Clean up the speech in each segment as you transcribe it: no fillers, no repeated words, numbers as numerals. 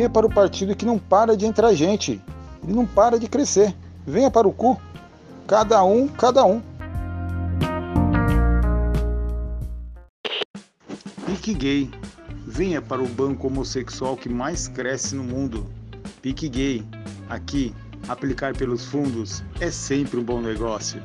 Venha para o partido que não para de entrar gente. Ele não para de crescer. Venha para o CU. Cada um, cada um. Pique Gay. Venha para o banco homossexual que mais cresce no mundo. Pique Gay. Aqui, aplicar pelos fundos é sempre um bom negócio.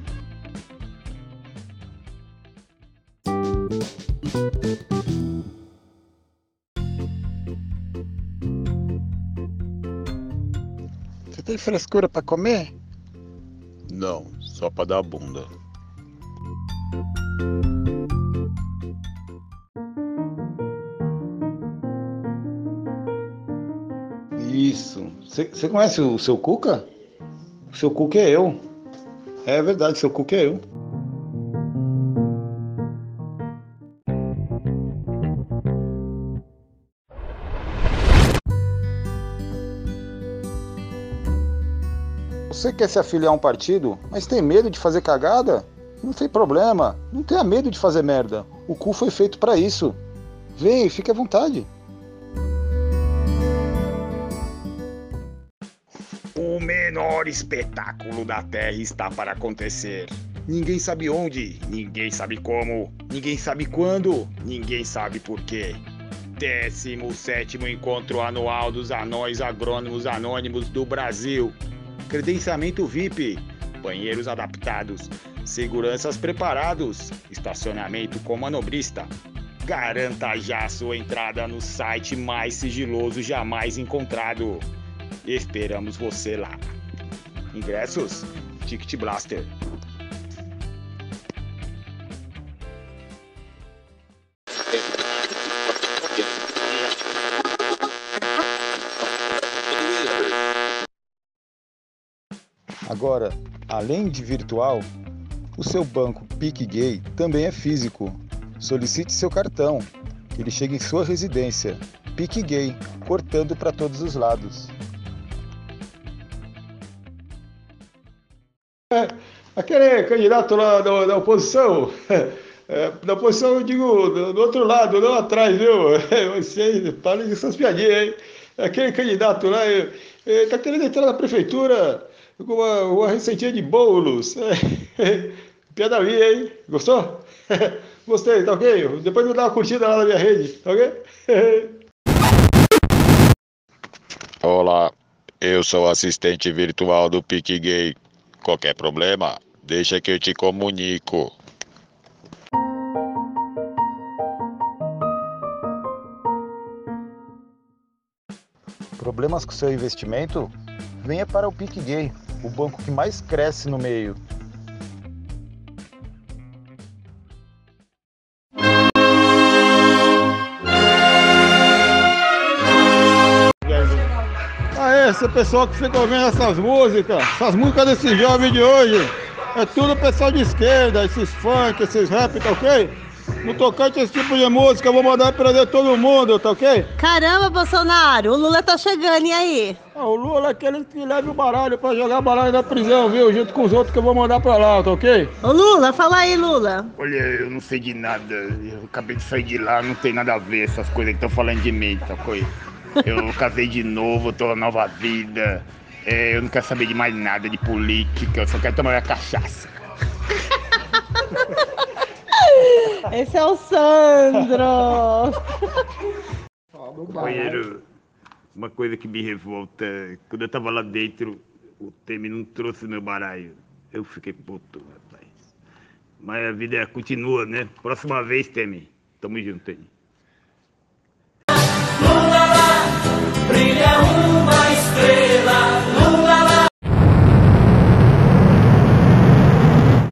Você tem frescura para comer? Não, só pra dar bunda. Isso. Você conhece o seu Cuca? O seu Cuca é eu. É verdade, seu Cuca é eu. Você quer se afiliar a um partido, mas tem medo de fazer cagada? Não tem problema, não tenha medo de fazer merda. O cu foi feito pra isso. Vem, fique à vontade. O menor espetáculo da Terra está para acontecer. Ninguém sabe onde, ninguém sabe como, ninguém sabe quando, ninguém sabe por quê. 17º Encontro Anual dos Anões Agrônomos Anônimos do Brasil. Credenciamento VIP, banheiros adaptados, seguranças preparados, estacionamento com manobrista. Garanta já sua entrada no site mais sigiloso jamais encontrado. Esperamos você lá. Ingressos? Ticket Blaster. Agora, além de virtual, o seu banco Pique Gay também é físico. Solicite seu cartão, que ele chegue em sua residência. Pique Gay, cortando para todos os lados. Aquele candidato lá da oposição, da oposição eu digo do outro lado, não atrás, viu? Vocês parem dessas piadinhas, hein? Aquele candidato lá, tá querendo entrar na prefeitura com uma receitinha de bolos. Piada minha, hein? Gostou? Gostei, tá ok? Depois me dá uma curtida lá na minha rede, tá ok? Olá, eu sou o assistente virtual do Pique Gay. Qualquer problema, deixa que eu te comunico. Problemas com seu investimento? Venha para o Pique Gay, o banco que mais cresce no meio. Esse pessoal que fica ouvindo essas músicas desse jovem de hoje, é tudo pessoal de esquerda, esses funk, esses rap, tá ok? No tocante a esse tipo de música, eu vou mandar prender todo mundo, tá ok? Caramba, Bolsonaro, o Lula tá chegando, e aí? O Lula é aquele que leva o baralho pra jogar baralho na prisão, viu? Junto com os outros que eu vou mandar pra lá, tá ok? Ô Lula, fala aí, Lula. Olha, eu não sei de nada. Eu acabei de sair de lá, não tem nada a ver essas coisas que estão falando de mim, tá ok? Eu casei de novo, tô na nova vida. Eu não quero saber de mais nada de política, eu só quero tomar minha cachaça. Esse é o Sandro. Companheiro, uma coisa que me revolta, quando eu tava lá dentro, o Temer não trouxe meu baralho. Eu fiquei puto, rapaz. Mas a vida continua, né? Próxima vez, Temer. Tamo junto aí.